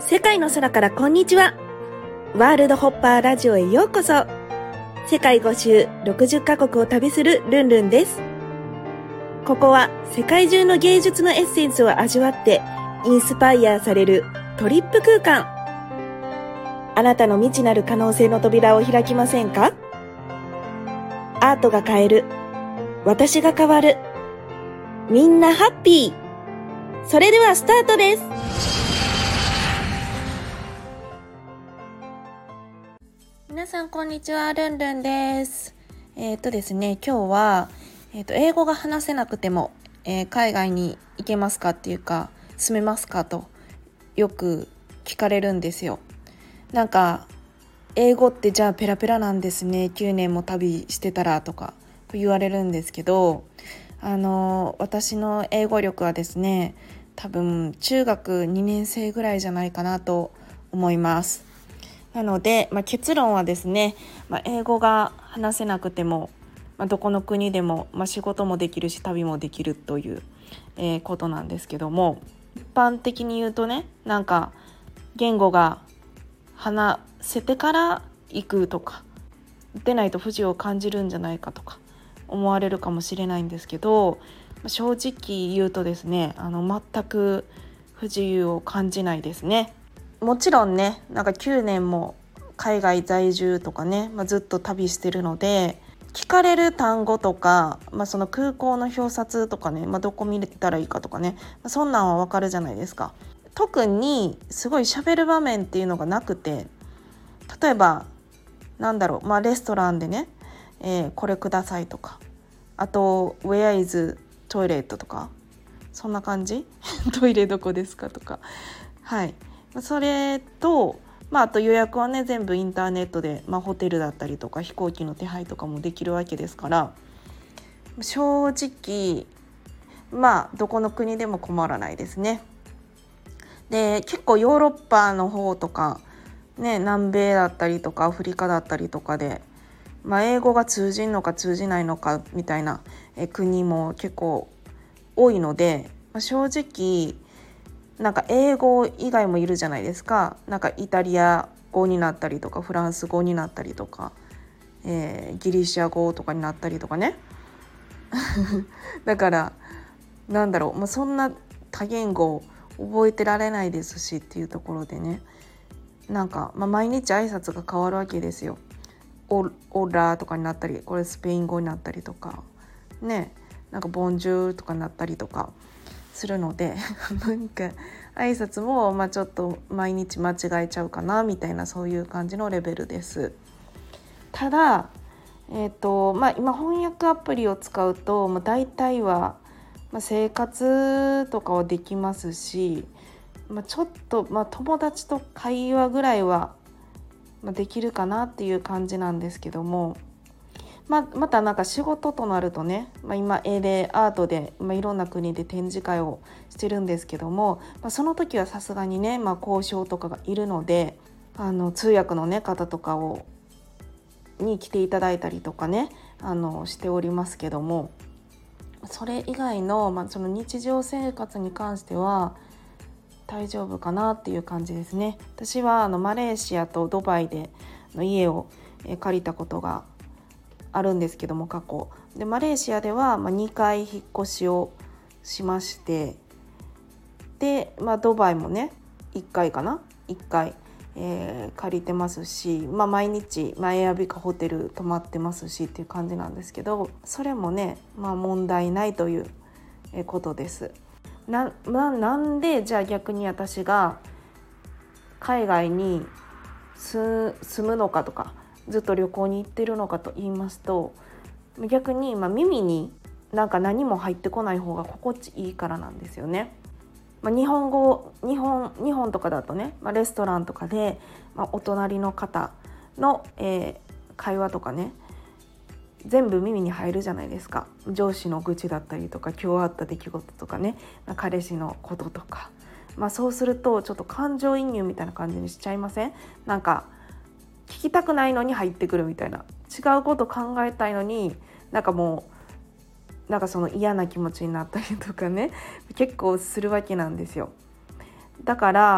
世界の空からこんにちは。ワールドホッパーラジオへようこそ。世界5周60カ国を旅するルンルンです。ここは世界中の芸術のエッセンスを味わってインスパイアされるトリップ空間。あなたの未知なる可能性の扉を開きませんか？アートが変える。私が変わる。みんなハッピー。それではスタートです。皆さんこんにちは、ルンルンです。ですね、今日は、英語が話せなくても、海外に行けますかっていうか、住めますかとよく聞かれるんですよ。なんか、英語ってじゃあペラペラなんですね。9年も旅してたらとか言われるんですけど、私の英語力はですね、多分中学2年生ぐらいじゃないかなと思います。なので、結論はですね、英語が話せなくても、どこの国でも、仕事もできるし旅もできるという、ことなんですけども、一般的に言うとね、なんか言語が話せてから行くとか、でないと不自由を感じるんじゃないかとか思われるかもしれないんですけど、正直言うとですね、全く不自由を感じないですね。もちろんね、なんか9年も海外在住とかね、ずっと旅してるので、聞かれる単語とか、その空港の表札とかね、どこ見たらいいかとかね、そんなんはわかるじゃないですか。特にすごい喋る場面っていうのがなくて、例えばレストランでね、これくださいとか、あと Where is toilet とか、そんな感じトイレどこですかとか、はい、それと、あと予約はね全部インターネットで、ホテルだったりとか飛行機の手配とかもできるわけですから、正直どこの国でも困らないですね。で、結構ヨーロッパの方とかね、南米だったりとかアフリカだったりとかで、英語が通じんのか通じないのかみたいな国も結構多いので、正直なんか英語以外もいるじゃないですか。なんかイタリア語になったりとかフランス語になったりとか、ギリシャ語とかになったりとかねだからそんな多言語覚えてられないですしっていうところでね、毎日挨拶が変わるわけですよ。オラとかになったり、これスペイン語になったりとかね、ボンジュールとかになったりとかするので挨拶もちょっと毎日間違えちゃうかなみたいな、そういう感じのレベルです。ただ今翻訳アプリを使うと、大体は、生活とかはできますし、ちょっと、友達と会話ぐらいは、できるかなっていう感じなんですけども、また仕事となるとね、今絵でアートで、いろんな国で展示会をしてるんですけども、その時はさすがにね、交渉とかがいるので、通訳の、方とかに来ていただいたりとかね、しておりますけども、それ以外の、その日常生活に関しては大丈夫かなっていう感じですね。私はマレーシアとドバイで家を借りたことがあるんですけども、過去でマレーシアでは2回引っ越しをしまして、で、ドバイもね1回かな1回、借りてますし、毎日、エアビかホテル泊まってますしっていう感じなんですけど、それもね、問題ないということです。なんでじゃあ逆に私が海外に住むのかとか、ずっと旅行に行ってるのかと言いますと、逆に耳に何も入ってこない方が心地いいからなんですよね。日本とかだとね、レストランとかで、お隣の方の、会話とかね、全部耳に入るじゃないですか。上司の愚痴だったりとか、今日あった出来事とかね、彼氏のこととか、そうするとちょっと感情移入みたいな感じにしちゃいません？聞きたくないのに入ってくるみたいな、違うこと考えたいのにその嫌な気持ちになったりとかね、結構するわけなんですよ。だから、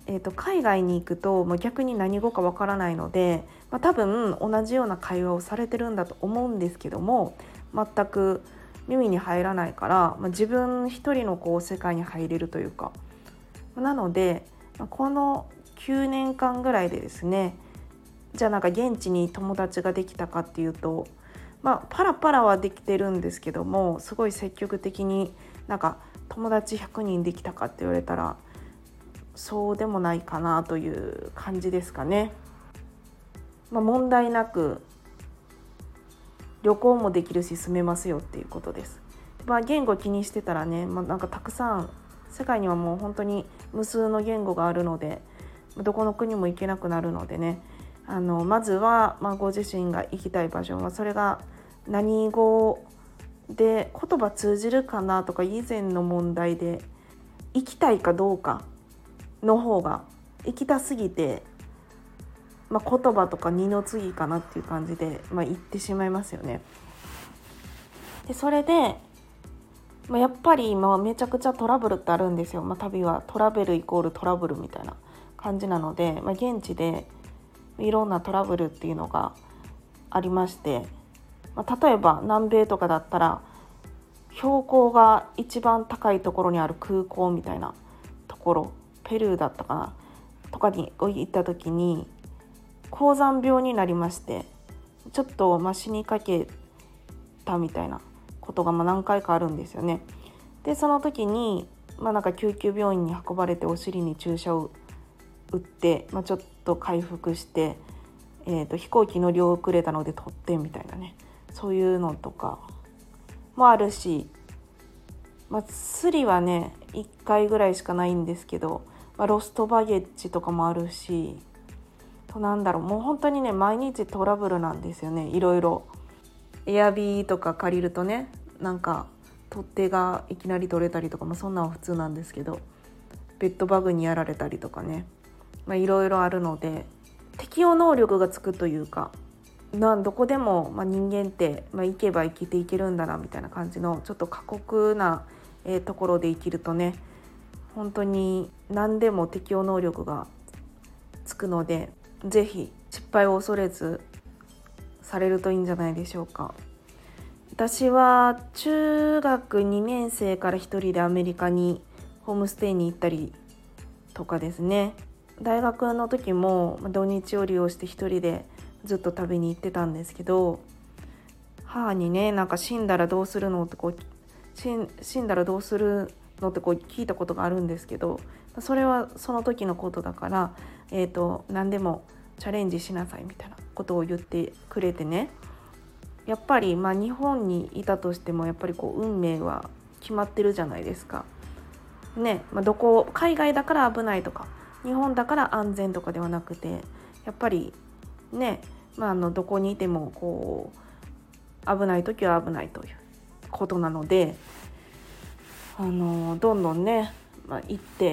海外に行くと逆に何語かわからないので、多分同じような会話をされてるんだと思うんですけども、全く耳に入らないから、自分一人の世界に入れるというか、なのでこの9年間ぐらいでですね、じゃあ現地に友達ができたかっていうと、パラパラはできてるんですけども、すごい積極的に友達100人できたかって言われたらそうでもないかなという感じですかね。問題なく旅行もできるし住めますよっていうことです。言語気にしてたらね、たくさん世界にはもう本当に無数の言語があるので、どこの国も行けなくなるのでね、まずは、ご自身が行きたい場所はそれが何語で言葉通じるかなとか以前の問題で、行きたいかどうかの方が行きたすぎて、言葉とか二の次かなっていう感じで、行ってしまいますよね。でそれで、やっぱり今めちゃくちゃトラブルってあるんですよ。旅はトラベルイコールトラブルみたいな感じなので、現地でいろんなトラブルっていうのがありまして、例えば南米とかだったら標高が一番高いところにある空港みたいなところ、ペルーだったかなとかに行った時に高山病になりまして、ちょっと死にかけたみたいなことが何回かあるんですよね。でその時に、救急病院に運ばれてお尻に注射を打って、ちょっと回復して、飛行機乗り遅れたので取ってみたいなね、そういうのとかもあるし、スリはね1回ぐらいしかないんですけど、ロストバゲッジとかもあるし、もう本当にね毎日トラブルなんですよね。いろいろエアビーとか借りるとね、取っ手がいきなり取れたりとか、そんなのは普通なんですけど、ベッドバグにやられたりとかね、いろいろあるので適応能力がつくというか、どこでも、人間って、行けば生きていけるんだなみたいな感じのちょっと過酷な、ところで生きるとね、本当に何でも適応能力がつくので、ぜひ失敗を恐れずされるといいんじゃないでしょうか。私は中学2年生から一人でアメリカにホームステイに行ったりとかですね、大学の時も土日を利用して一人でずっと食べに行ってたんですけど、母にね死んだらどうするのって死んだらどうするのって聞いたことがあるんですけど、それはその時のことだから、何でもチャレンジしなさいみたいなことを言ってくれてね、やっぱり日本にいたとしてもやっぱり運命は決まってるじゃないですかね。海外だから危ないとか日本だから安全とかではなくて、やっぱりね、どこにいても危ない時は危ないということなので、どんどんね、行って、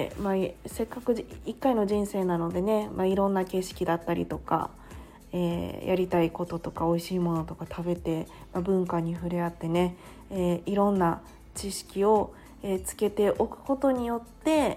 せっかく1回の人生なのでね、いろんな景色だったりとか、やりたいこととか美味しいものとか食べて、文化に触れ合ってね、いろんな知識を、つけておくことによって、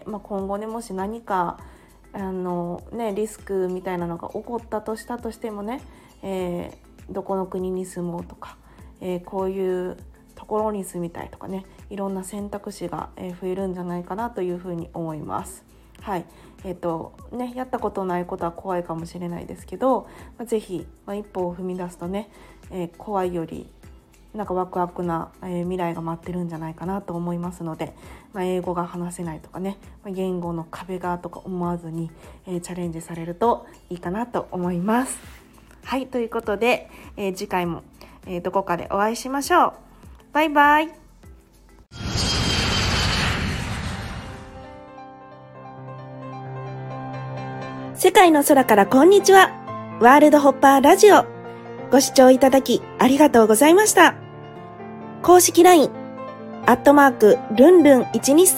今後ねもし何かリスクみたいなのが起こったとしてもね、どこの国に住もうとか、こういうところに住みたいとかね、いろんな選択肢が増えるんじゃないかなというふうに思います。はい、やったことないことは怖いかもしれないですけど、ぜひ、一歩を踏み出すとね、怖いよりワクワクな、未来が待ってるんじゃないかなと思いますので、英語が話せないとかね、言語の壁がとか思わずに、チャレンジされるといいかなと思います。はい、ということで、次回も、どこかでお会いしましょう。バイバイ。世界の空からこんにちは。ワールドホッパーラジオ。ご視聴いただきありがとうございました。公式 LINE、ルンルン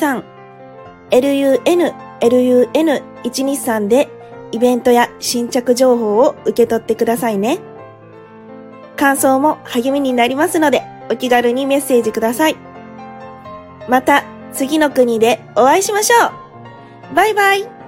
123、LUN123 でイベントや新着情報を受け取ってくださいね。感想も励みになりますので、お気軽にメッセージください。また次の国でお会いしましょう。バイバイ。